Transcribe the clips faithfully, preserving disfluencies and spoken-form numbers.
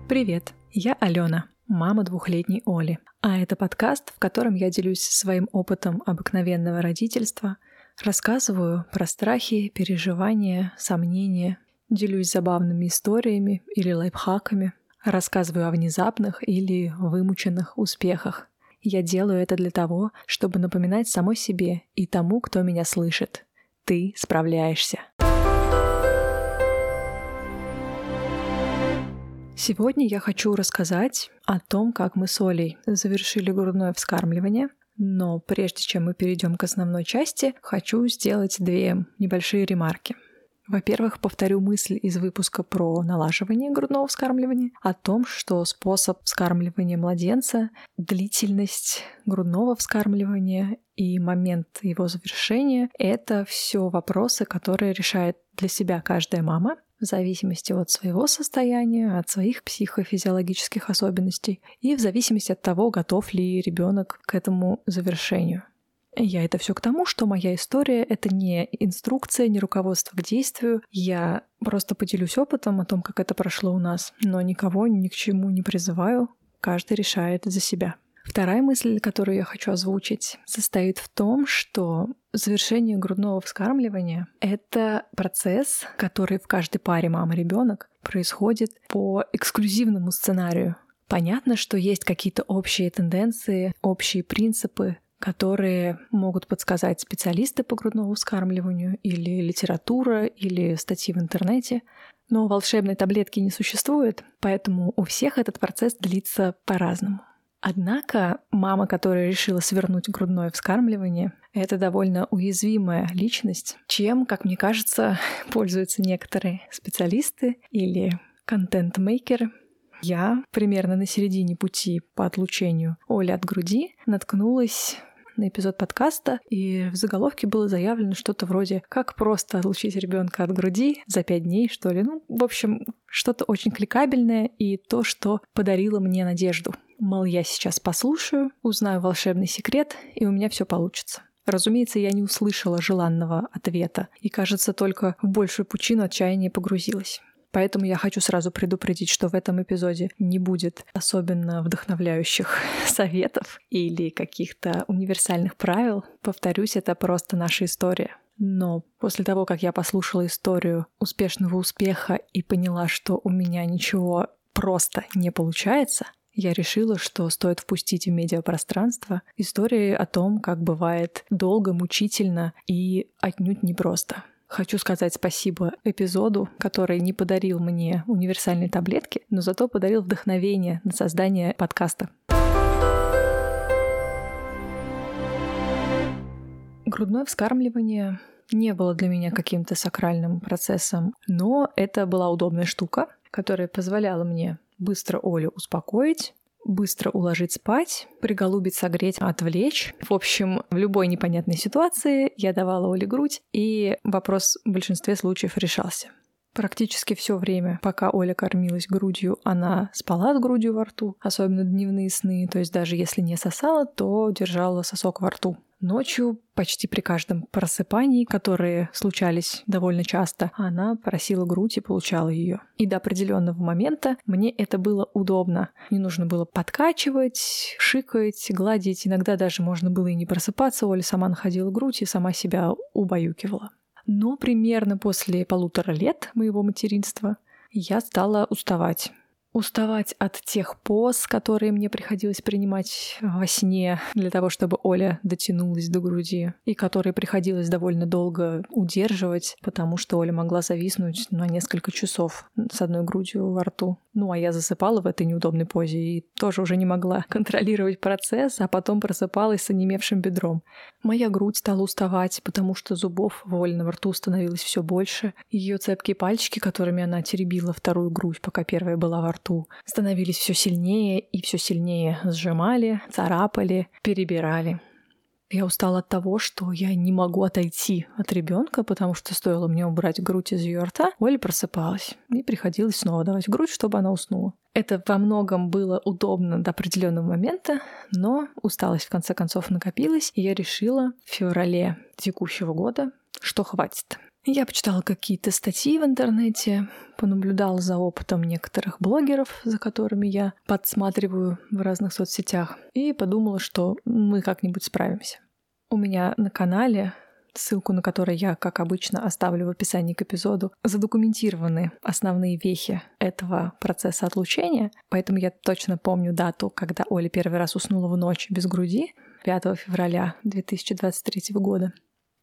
Привет, я Алена, мама двухлетней Оли, а это подкаст, в котором я делюсь своим опытом обыкновенного родительства, рассказываю про страхи, переживания, сомнения, делюсь забавными историями или лайфхаками, рассказываю о внезапных или вымученных успехах. Я делаю это для того, чтобы напоминать самой себе и тому, кто меня слышит. Ты справляешься. Сегодня я хочу рассказать о том, как мы с Олей завершили грудное вскармливание. Но прежде чем мы перейдем к основной части, хочу сделать две небольшие ремарки. Во-первых, повторю мысль из выпуска про налаживание грудного вскармливания о том, что способ вскармливания младенца, длительность грудного вскармливания и момент его завершения — это все вопросы, которые решает для себя каждая мама в зависимости от своего состояния, от своих психофизиологических особенностей и в зависимости от того, готов ли ребенок к этому завершению. Я это все к тому, что моя история — это не инструкция, не руководство к действию. Я просто поделюсь опытом о том, как это прошло у нас, но никого ни к чему не призываю, каждый решает за себя. Вторая мысль, которую я хочу озвучить, состоит в том, что завершение грудного вскармливания — это процесс, который в каждой паре мама-ребенок происходит по эксклюзивному сценарию. Понятно, что есть какие-то общие тенденции, общие принципы, которые могут подсказать специалисты по грудному вскармливанию или литература, или статьи в интернете. Но волшебной таблетки не существует, поэтому у всех этот процесс длится по-разному. Однако мама, которая решила свернуть грудное вскармливание, это довольно уязвимая личность, чем, как мне кажется, пользуются некоторые специалисты или контент-мейкеры. Я примерно на середине пути по отлучению Оли от груди наткнулась на эпизод подкаста, и в заголовке было заявлено что-то вроде «Как просто отлучить ребенка от груди за пять дней, что ли». Ну, в общем, что-то очень кликабельное и то, что подарило мне надежду. Мол, я сейчас послушаю, узнаю волшебный секрет, и у меня все получится. Разумеется, я не услышала желанного ответа, и, кажется, только в большую пучину отчаяния погрузилась. Поэтому я хочу сразу предупредить, что в этом эпизоде не будет особенно вдохновляющих советов или каких-то универсальных правил. Повторюсь, это просто наша история. Но после того, как я послушала историю успешного успеха и поняла, что у меня ничего просто не получается, я решила, что стоит впустить в медиапространство истории о том, как бывает долго, мучительно и отнюдь непросто. Хочу сказать спасибо эпизоду, который не подарил мне универсальной таблетки, но зато подарил вдохновение на создание подкаста. Грудное вскармливание не было для меня каким-то сакральным процессом, но это была удобная штука, которая позволяла мне быстро Олю успокоить, быстро уложить спать, приголубить, согреть, отвлечь. В общем, в любой непонятной ситуации я давала Оле грудь, и вопрос в большинстве случаев решался. Практически все время, пока Оля кормилась грудью, она спала с грудью во рту, особенно дневные сны, то есть даже если не сосала, то держала сосок во рту. Ночью, почти при каждом просыпании, которые случались довольно часто, она просила грудь и получала ее. И до определенного момента мне это было удобно. Не нужно было подкачивать, шикать, гладить. Иногда даже можно было и не просыпаться. Оля сама находила грудь и сама себя убаюкивала. Но примерно после полутора лет моего материнства я стала уставать. Уставать от тех поз, которые мне приходилось принимать во сне для того, чтобы Оля дотянулась до груди, и которые приходилось довольно долго удерживать, потому что Оля могла зависнуть на несколько часов с одной грудью во рту. Ну, а я засыпала в этой неудобной позе и тоже уже не могла контролировать процесс, а потом просыпалась с онемевшим бедром. Моя грудь стала уставать, потому что зубов в Олином рту становилось все больше. Ее цепкие пальчики, которыми она теребила вторую грудь, пока первая была во рту, становились все сильнее и все сильнее сжимали, царапали, перебирали. Я устала от того, что я не могу отойти от ребенка, потому что стоило мне убрать грудь из ее рта, Оля просыпалась, и приходилось снова давать грудь, чтобы она уснула. Это во многом было удобно до определенного момента, но усталость в конце концов накопилась, и я решила в феврале текущего года, что хватит. Я почитала какие-то статьи в интернете, понаблюдала за опытом некоторых блогеров, за которыми я подсматриваю в разных соцсетях, и подумала, что мы как-нибудь справимся. У меня на канале, ссылку на который я, как обычно, оставлю в описании к эпизоду, задокументированы основные вехи этого процесса отлучения, поэтому я точно помню дату, когда Оля первый раз уснула в ночь без груди, пятого февраля две тысячи двадцать третьего года.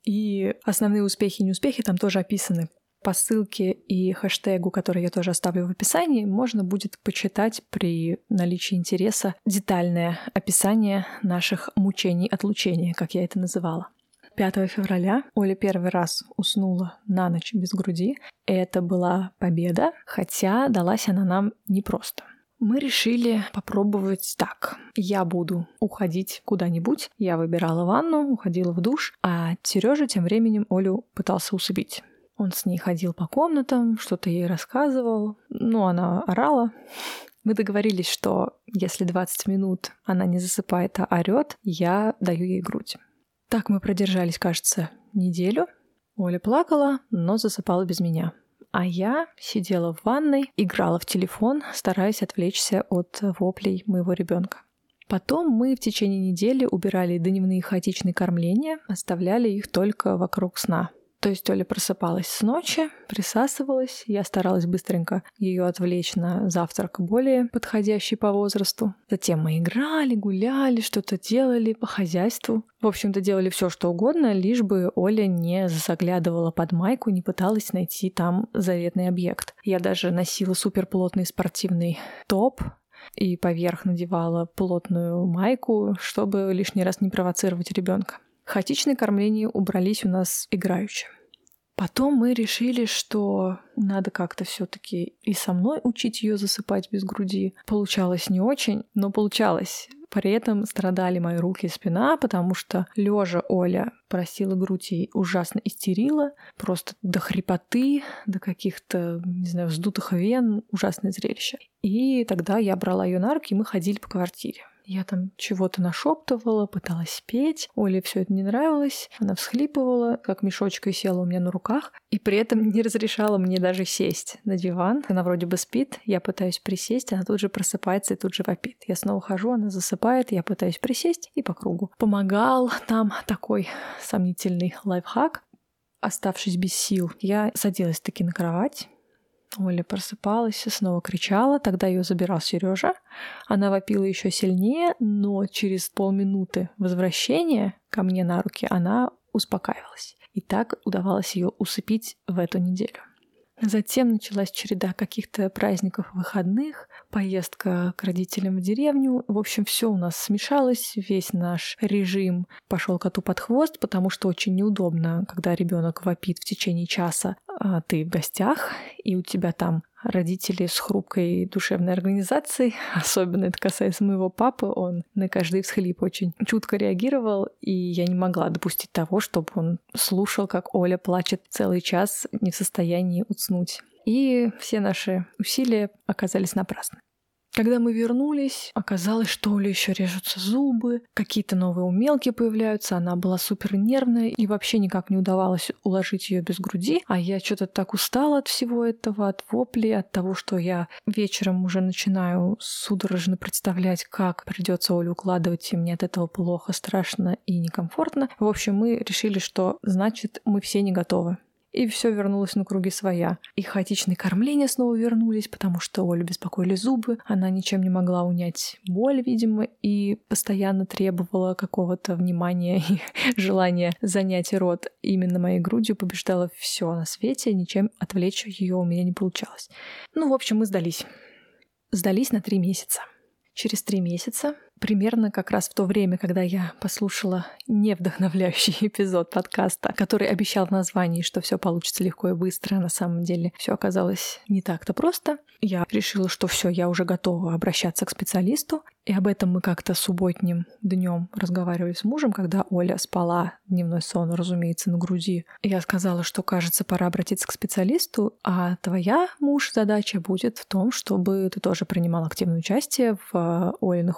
И основные успехи и неуспехи там тоже описаны. По ссылке и хэштегу, который я тоже оставлю в описании, можно будет почитать при наличии интереса детальное описание наших мучений отлучения, как я это называла. пятого февраля Оля первый раз уснула на ночь без груди. Это была победа, хотя далась она нам непросто. Мы решили попробовать так. Я буду уходить куда-нибудь. Я выбирала ванну, уходила в душ, а Сережа тем временем Олю пытался усыпить. Он с ней ходил по комнатам, что-то ей рассказывал. Ну, она орала. Мы договорились, что если двадцать минут она не засыпает, а орёт, я даю ей грудь. Так мы продержались, кажется, неделю. Оля плакала, но засыпала без меня. А я сидела в ванной, играла в телефон, стараясь отвлечься от воплей моего ребенка. Потом мы в течение недели убирали дневные хаотичные кормления, оставляли их только вокруг сна. То есть Оля просыпалась с ночи, присасывалась, я старалась быстренько ее отвлечь на завтрак более подходящий по возрасту. Затем мы играли, гуляли, что-то делали по хозяйству. В общем-то, делали все, что угодно, лишь бы Оля не заглядывала под майку, не пыталась найти там заветный объект. Я даже носила суперплотный спортивный топ и поверх надевала плотную майку, чтобы лишний раз не провоцировать ребенка. Хаотичные кормления убрались у нас играюще. Потом мы решили, что надо как-то все-таки и со мной учить ее засыпать без груди. Получалось не очень, но получалось. При этом страдали мои руки и спина, потому что лежа Оля просила грудь и ужасно истерила, просто до хрипоты, до каких-то, не знаю, вздутых вен, ужасное зрелище. И тогда я брала ее на руки, и мы ходили по квартире. Я там чего-то нашептывала, пыталась петь. Оле все это не нравилось. Она всхлипывала, как мешочкой села у меня на руках. И при этом не разрешала мне даже сесть на диван. Она вроде бы спит, я пытаюсь присесть, она тут же просыпается и тут же вопит. Я снова хожу, она засыпает, я пытаюсь присесть и по кругу. Помогал там такой сомнительный лайфхак. Оставшись без сил, я садилась таки на кровать. Оля просыпалась и снова кричала, тогда ее забирал Сережа. Она вопила еще сильнее, но через полминуты возвращения ко мне на руки она успокаивалась. И так удавалось ее усыпить в эту неделю. Затем началась череда каких-то праздников, выходных, поездка к родителям в деревню. В общем, все у нас смешалось, весь наш режим пошел коту под хвост, потому что очень неудобно, когда ребенок вопит в течение часа, а ты в гостях, и у тебя там родители с хрупкой душевной организацией. Особенно это касается моего папы. Он на каждый всхлип очень чутко реагировал, и я не могла допустить того, чтобы он слушал, как Оля плачет целый час, не в состоянии уснуть. И все наши усилия оказались напрасны. Когда мы вернулись, оказалось, что у Оли еще режутся зубы, какие-то новые умелки появляются, она была супер нервная, и вообще никак не удавалось уложить ее без груди. А я что-то так устала от всего этого, от воплей, от того, что я вечером уже начинаю судорожно представлять, как придется Олю укладывать, и мне от этого плохо, страшно и некомфортно. В общем, мы решили, что значит, мы все не готовы. И все вернулось на круги своя. И хаотичные кормления снова вернулись, потому что Олю беспокоили зубы. Она ничем не могла унять боль, видимо, и постоянно требовала какого-то внимания и желания занять рот именно моей грудью. Побеждала все на свете, ничем отвлечь ее у меня не получалось. Ну, в общем, мы сдались. Сдались на три месяца. Через три месяца, примерно как раз в то время, когда я послушала невдохновляющий эпизод подкаста, который обещал в названии, что все получится легко и быстро, а на самом деле все оказалось не так-то просто, я решила, что все, я уже готова обращаться к специалисту. И об этом мы как-то субботним днем разговаривали с мужем, когда Оля спала, дневной сон, разумеется, на груди. Я сказала, что, кажется, пора обратиться к специалисту, а твоя, муж, задача будет в том, чтобы ты тоже принимал активное участие в Олиных укладываниях,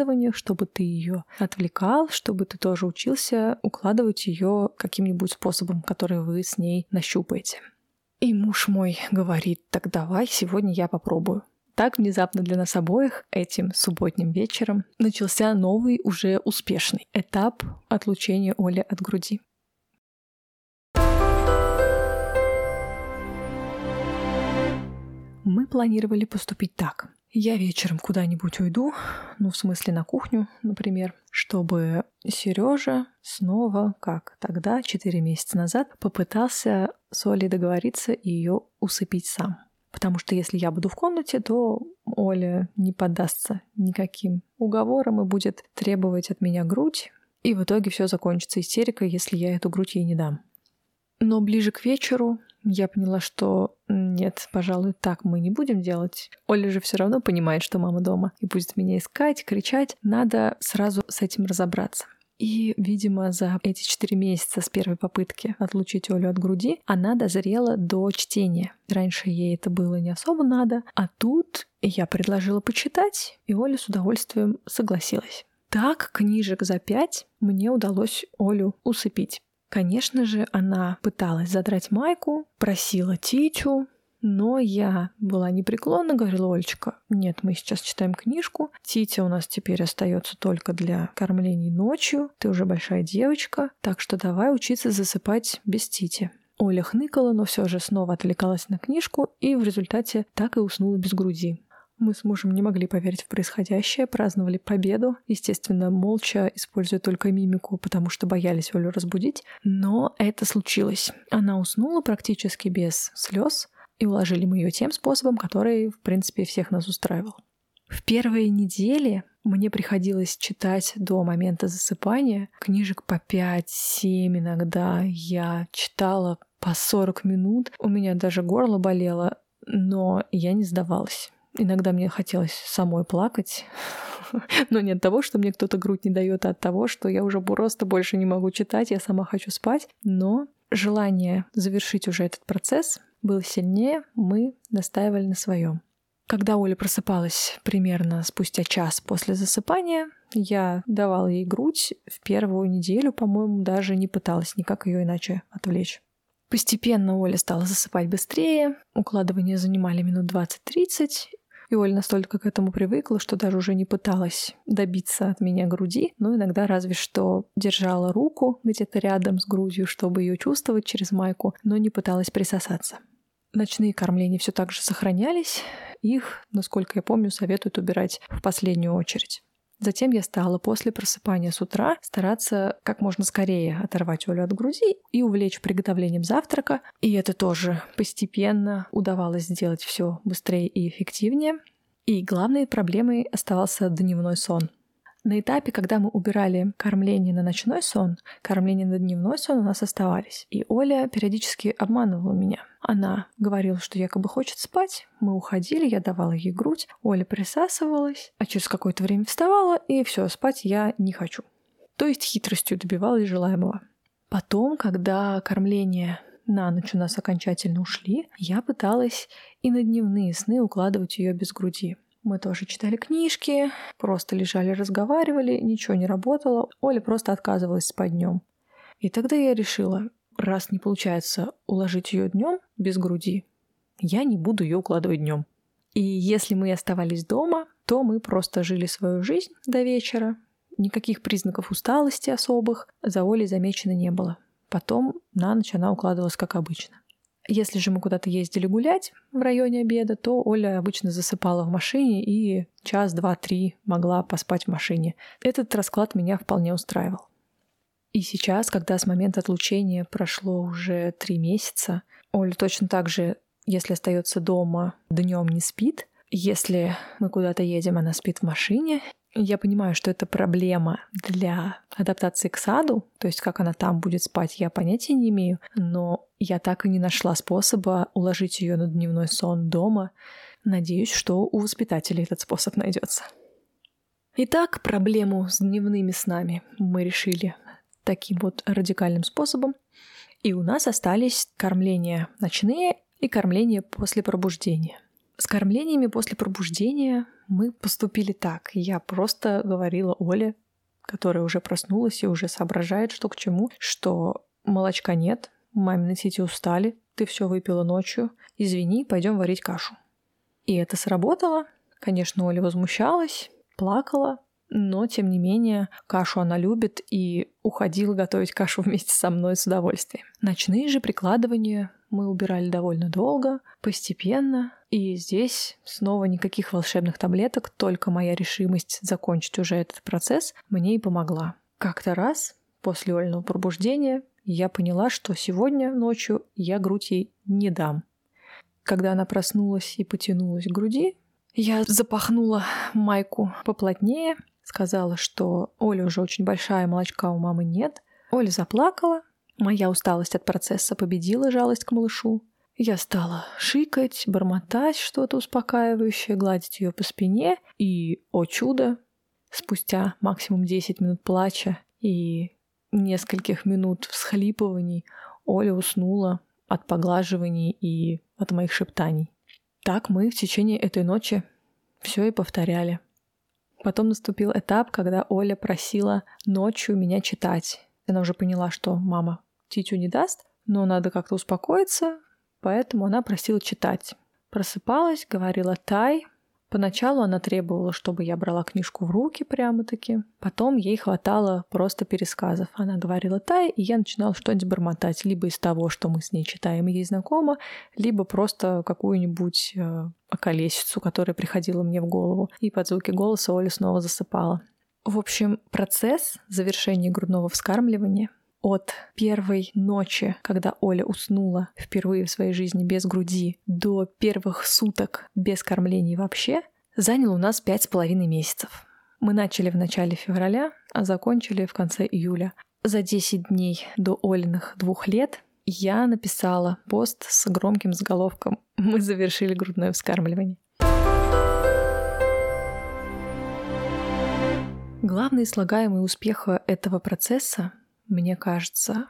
укладываниях, чтобы ты ее отвлекал, чтобы ты тоже учился укладывать ее каким-нибудь способом, который вы с ней нащупаете. И муж мой говорит: так давай, сегодня я попробую. Так внезапно для нас обоих этим субботним вечером начался новый, уже успешный этап отлучения Оли от груди. Мы планировали поступить так. Я вечером куда-нибудь уйду, ну, в смысле на кухню, например, чтобы Сережа снова, как тогда, четыре месяца назад, попытался с Олей договориться и ее усыпить сам. Потому что если я буду в комнате, то Оля не поддастся никаким уговорам и будет требовать от меня грудь, и в итоге все закончится истерикой, если я эту грудь ей не дам. Но ближе к вечеру я поняла, что нет, пожалуй, так мы не будем делать. Оля же все равно понимает, что мама дома, и будет меня искать, кричать. Надо сразу с этим разобраться. И, видимо, за эти четыре месяца с первой попытки отлучить Олю от груди она дозрела до чтения. Раньше ей это было не особо надо, а тут я предложила почитать, и Оля с удовольствием согласилась. Так, книжек за пять мне удалось Олю усыпить. Конечно же, она пыталась задрать майку, просила Титю, но я была непреклонна, говорила: Олечка, нет, мы сейчас читаем книжку, Титя у нас теперь остается только для кормлений ночью, ты уже большая девочка, так что давай учиться засыпать без Тити. Оля хныкала, но все же снова отвлекалась на книжку и в результате так и уснула без груди. Мы с мужем не могли поверить в происходящее, праздновали победу, естественно, молча, используя только мимику, потому что боялись Олю разбудить. Но это случилось. Она уснула практически без слез, и уложили мы ее тем способом, который, в принципе, всех нас устраивал. В первые недели мне приходилось читать до момента засыпания книжек по пять-семь иногда. Я читала по сорок минут, у меня даже горло болело, но я не сдавалась. Иногда мне хотелось самой плакать, но не от того, что мне кто-то грудь не дает, а от того, что я уже просто больше не могу читать, я сама хочу спать. Но желание завершить уже этот процесс было сильнее, мы настаивали на своем. Когда Оля просыпалась примерно спустя час после засыпания, я давала ей грудь. В первую неделю, по-моему, даже не пыталась никак ее иначе отвлечь. Постепенно Оля стала засыпать быстрее, укладывания занимали минут двадцать-тридцать, и Оля настолько к этому привыкла, что даже уже не пыталась добиться от меня груди, но иногда разве что держала руку где-то рядом с грудью, чтобы ее чувствовать через майку, но не пыталась присосаться. Ночные кормления все так же сохранялись, их, насколько я помню, советуют убирать в последнюю очередь. Затем я стала после просыпания с утра стараться как можно скорее оторвать Олю от груди и увлечь приготовлением завтрака. И это тоже постепенно удавалось сделать все быстрее и эффективнее. И главной проблемой оставался дневной сон. На этапе, когда мы убирали кормление на ночной сон, кормление на дневной сон у нас оставались. И Оля периодически обманывала меня. Она говорила, что якобы хочет спать. Мы уходили, я давала ей грудь. Оля присасывалась, а через какое-то время вставала, и все, спать я не хочу. То есть хитростью добивалась желаемого. Потом, когда кормление на ночь у нас окончательно ушли, я пыталась и на дневные сны укладывать ее без груди. Мы тоже читали книжки, просто лежали, разговаривали, ничего не работало. Оля просто отказывалась спать днем. И тогда я решила, раз не получается уложить ее днем без груди, я не буду ее укладывать днем. И если мы оставались дома, то мы просто жили свою жизнь до вечера. Никаких признаков усталости особых за Олей замечено не было. Потом на ночь она укладывалась как обычно. Если же мы куда-то ездили гулять в районе обеда, то Оля обычно засыпала в машине и час, два, три могла поспать в машине. Этот расклад меня вполне устраивал. И сейчас, когда с момента отлучения прошло уже три месяца, Оля точно так же, если остается дома, днем не спит. Если мы куда-то едем, она спит в машине. Я понимаю, что это проблема для адаптации к саду, то есть как она там будет спать, я понятия не имею, но я так и не нашла способа уложить ее на дневной сон дома. Надеюсь, что у воспитателей этот способ найдется. Итак, проблему с дневными снами мы решили таким вот радикальным способом, и у нас остались кормления ночные и кормления после пробуждения. С кормлениями после пробуждения Мы поступили так. Я просто говорила Оле, которая уже проснулась и уже соображает, что к чему, что молочка нет, мамины тити устали, ты все выпила ночью, извини, пойдем варить кашу. И это сработало. Конечно, Оля возмущалась, плакала, но, тем не менее, кашу она любит и уходила готовить кашу вместе со мной с удовольствием. Ночные же прикладывания мы убирали довольно долго, постепенно, и здесь снова никаких волшебных таблеток, только моя решимость закончить уже этот процесс мне и помогла. Как-то раз, после Олиного пробуждения, я поняла, что сегодня ночью я грудь ей не дам. Когда она проснулась и потянулась к груди, я запахнула майку поплотнее, сказала, что Оля уже очень большая, молочка у мамы нет. Оля заплакала. Моя усталость от процесса победила жалость к малышу. Я стала шикать, бормотать что-то успокаивающее, гладить ее по спине. И, о чудо, спустя максимум десять минут плача и нескольких минут всхлипываний Оля уснула от поглаживаний и от моих шептаний. Так мы в течение этой ночи все и повторяли. Потом наступил этап, когда Оля просила ночью меня читать. Она уже поняла, что мама титю не даст, но надо как-то успокоиться, поэтому она просила читать. Просыпалась, говорила «тай». Поначалу она требовала, чтобы я брала книжку в руки прямо-таки. Потом ей хватало просто пересказов. Она говорила «тай», и я начинала что-нибудь бормотать. Либо из того, что мы с ней читаем и ей знакомо, либо просто какую-нибудь э, околесицу, которая приходила мне в голову. И под звуки голоса Оля снова засыпала. В общем, процесс завершения грудного вскармливания от первой ночи, когда Оля уснула впервые в своей жизни без груди, до первых суток без кормлений вообще, занял у нас пять с половиной месяцев. Мы начали в начале февраля, а закончили в конце июля. За десять дней до Олиных двух лет я написала пост с громким заголовком «Мы завершили грудное вскармливание». Главные слагаемые успеха этого процесса, мне кажется,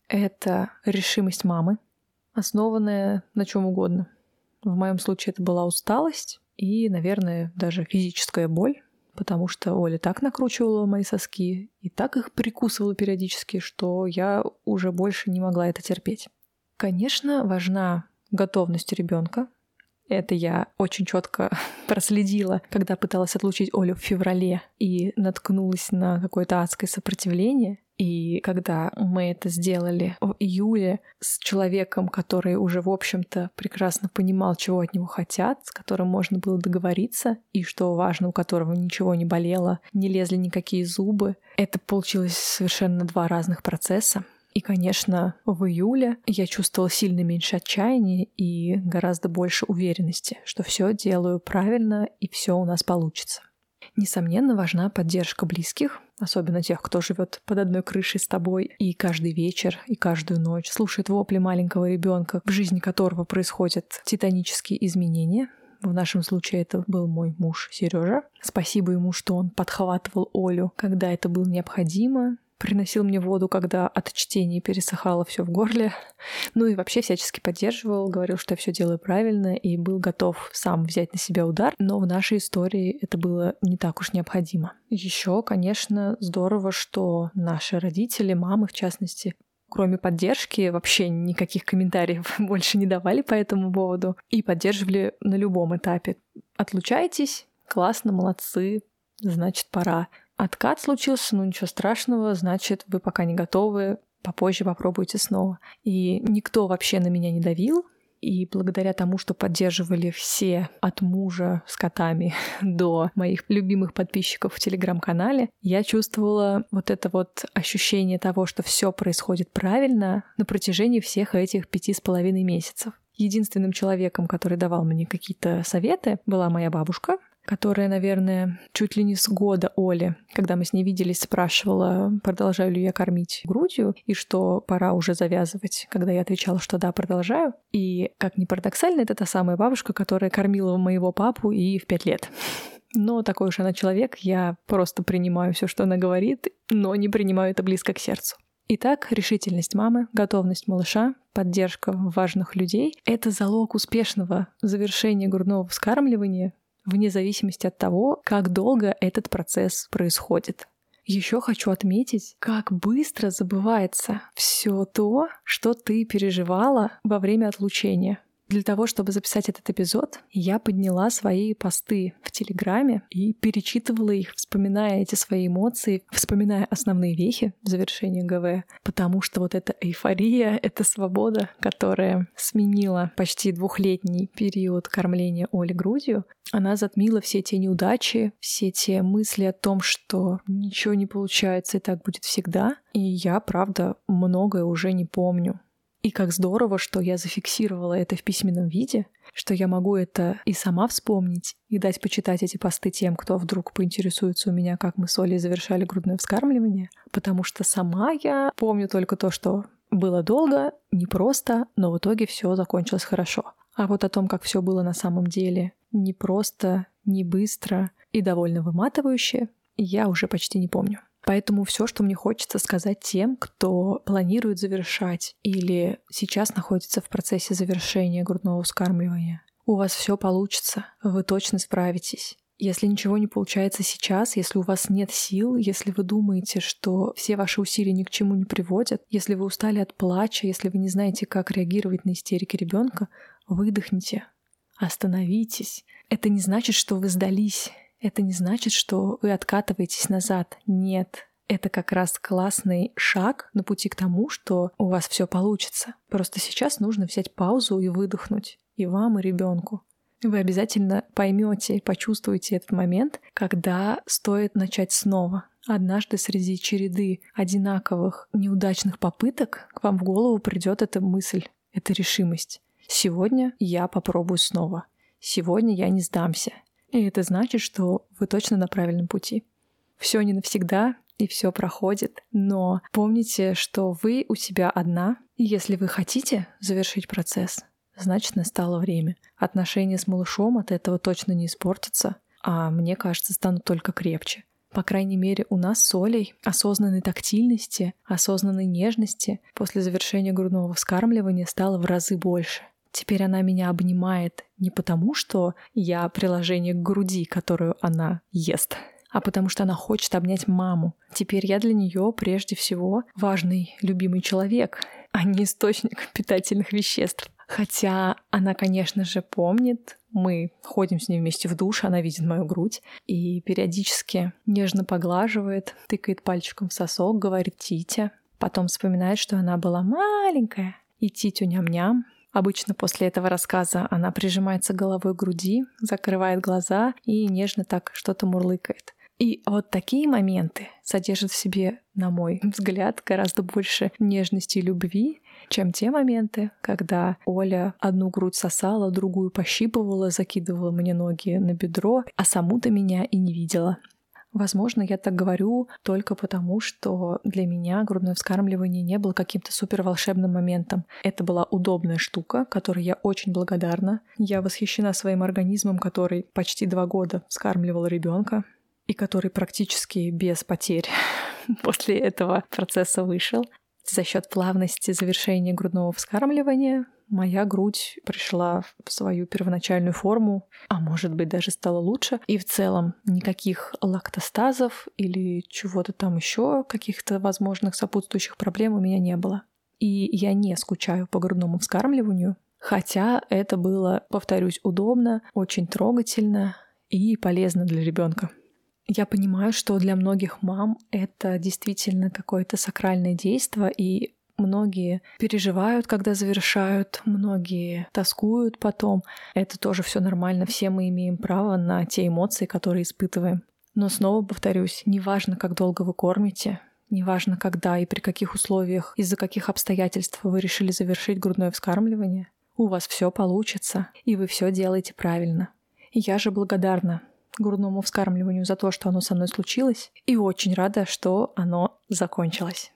это решимость мамы, основанная на чем угодно. В моем случае это была усталость и, наверное, даже физическая боль, потому что Оля так накручивала мои соски и так их прикусывала периодически, что я уже больше не могла это терпеть. Конечно, важна готовность ребенка. Это я очень четко проследила, когда пыталась отлучить Олю в феврале и наткнулась на какое-то адское сопротивление. И когда мы это сделали в июле с человеком, который уже, в общем-то, прекрасно понимал, чего от него хотят, с которым можно было договориться, и, что важно, у которого ничего не болело, не лезли никакие зубы, это получилось совершенно два разных процесса. И, конечно, в июле я чувствовала сильно меньше отчаяния и гораздо больше уверенности, что все делаю правильно и все у нас получится. Несомненно, важна поддержка близких, особенно тех, кто живет под одной крышей с тобой и каждый вечер, и каждую ночь слушает вопли маленького ребенка, в жизни которого происходят титанические изменения. В нашем случае это был мой муж Сережа. Спасибо ему, что он подхватывал Олю, когда это было необходимо, приносил мне воду, когда от чтения пересыхало все в горле. Ну и вообще всячески поддерживал, говорил, что я все делаю правильно, и был готов сам взять на себя удар. Но в нашей истории это было не так уж необходимо. Еще, конечно, здорово, что наши родители, мамы в частности, кроме поддержки, вообще никаких комментариев больше не давали по этому поводу и поддерживали на любом этапе. Отлучайтесь, классно, молодцы, значит, пора. Откат случился, ну ничего страшного, значит, вы пока не готовы, попозже попробуйте снова. И никто вообще на меня не давил, и благодаря тому, что поддерживали все от мужа с котами до моих любимых подписчиков в Телеграм-канале, я чувствовала вот это вот ощущение того, что все происходит правильно на протяжении всех этих пяти с половиной месяцев. Единственным человеком, который давал мне какие-то советы, была моя бабушка, которая, наверное, чуть ли не с года Оли, когда мы с ней виделись, спрашивала, продолжаю ли я кормить грудью, и что пора уже завязывать, когда я отвечала, что да, продолжаю. И, как ни парадоксально, это та самая бабушка, которая кормила моего папу и в пять лет. Но такой уж она человек, я просто принимаю все, что она говорит, но не принимаю это близко к сердцу. Итак, решительность мамы, готовность малыша, поддержка важных людей — это залог успешного завершения грудного вскармливания вне зависимости от того, как долго этот процесс происходит. Еще хочу отметить, как быстро забывается все то, что ты переживала во время отлучения. Для того, чтобы записать этот эпизод, я подняла свои посты в Телеграме и перечитывала их, вспоминая эти свои эмоции, вспоминая основные вехи завершения ГВ, потому что вот эта эйфория, эта свобода, которая сменила почти двухлетний период кормления Оли грудью, она затмила все те неудачи, все те мысли о том, что ничего не получается и так будет всегда. И я, правда, многое уже не помню. И как здорово, что я зафиксировала это в письменном виде, что я могу это и сама вспомнить, и дать почитать эти посты тем, кто вдруг поинтересуется у меня, как мы с Олей завершали грудное вскармливание, потому что сама я помню только то, что было долго, непросто, но в итоге все закончилось хорошо. А вот о том, как все было на самом деле непросто, не быстро и довольно выматывающе, я уже почти не помню. Поэтому все, что мне хочется сказать тем, кто планирует завершать или сейчас находится в процессе завершения грудного вскармливания, у вас все получится, вы точно справитесь. Если ничего не получается сейчас, если у вас нет сил, если вы думаете, что все ваши усилия ни к чему не приводят, если вы устали от плача, если вы не знаете, как реагировать на истерики ребенка, выдохните, остановитесь. Это не значит, что вы сдались. Это не значит, что вы откатываетесь назад. Нет. Это как раз классный шаг на пути к тому, что у вас все получится. Просто сейчас нужно взять паузу и выдохнуть. И вам, и ребенку. Вы обязательно поймете и почувствуете этот момент, когда стоит начать снова. Однажды среди череды одинаковых неудачных попыток к вам в голову придет эта мысль, эта решимость. Сегодня я попробую снова. Сегодня я не сдамся. И это значит, что вы точно на правильном пути. Все не навсегда, и все проходит. Но помните, что вы у себя одна. И если вы хотите завершить процесс, значит, настало время. Отношения с малышом от этого точно не испортятся, а мне кажется, станут только крепче. По крайней мере, у нас с Олей осознанной тактильности, осознанной нежности после завершения грудного вскармливания стало в разы больше. Теперь она меня обнимает не потому, что я приложение к груди, которую она ест, а потому что она хочет обнять маму. Теперь я для нее прежде всего важный, любимый человек, а не источник питательных веществ. Хотя она, конечно же, помнит, мы ходим с ней вместе в душ, она видит мою грудь и периодически нежно поглаживает, тыкает пальчиком в сосок, говорит «Титя». Потом вспоминает, что она была маленькая, и «Титю ням-ням». Обычно после этого рассказа она прижимается головой к груди, закрывает глаза и нежно так что-то мурлыкает. И вот такие моменты содержат в себе, на мой взгляд, гораздо больше нежности и любви, чем те моменты, когда Оля одну грудь сосала, другую пощипывала, закидывала мне ноги на бедро, а саму-то меня и не видела. Возможно, я так говорю только потому, что для меня грудное вскармливание не было каким-то супер волшебным моментом. Это была удобная штука, которой я очень благодарна. Я восхищена своим организмом, который почти два года вскармливал ребенка и который практически без потерь после этого процесса вышел. За счет плавности завершения грудного вскармливания моя грудь пришла в свою первоначальную форму, а может быть даже стала лучше. И в целом никаких лактостазов или чего-то там еще, каких-то возможных сопутствующих проблем у меня не было. И я не скучаю по грудному вскармливанию, хотя это было, повторюсь, удобно, очень трогательно и полезно для ребенка. Я понимаю, что для многих мам это действительно какое-то сакральное действо, и многие переживают, когда завершают, многие тоскуют потом. Это тоже все нормально, все мы имеем право на те эмоции, которые испытываем. Но снова повторюсь, неважно, как долго вы кормите, неважно, когда и при каких условиях, из-за каких обстоятельств вы решили завершить грудное вскармливание, у вас все получится, и вы все делаете правильно. Я же благодарна грудному вскармливанию за то, что оно со мной случилось, и очень рада, что оно закончилось.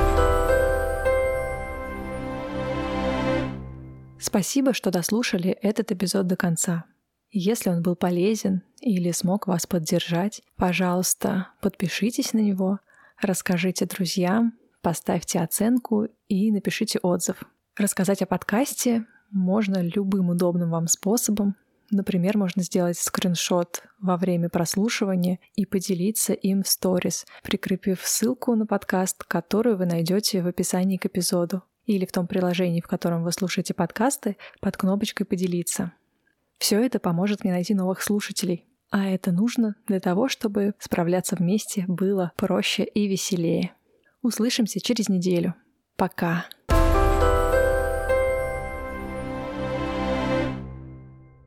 Спасибо, что дослушали этот эпизод до конца. Если он был полезен или смог вас поддержать, пожалуйста, подпишитесь на него, расскажите друзьям, поставьте оценку и напишите отзыв. Рассказать о подкасте можно любым удобным вам способом. Например, можно сделать скриншот во время прослушивания и поделиться им в сторис, прикрепив ссылку на подкаст, которую вы найдете в описании к эпизоду или в том приложении, в котором вы слушаете подкасты, под кнопочкой «Поделиться». Все это поможет мне найти новых слушателей. А это нужно для того, чтобы справляться вместе было проще и веселее. Услышимся через неделю. Пока!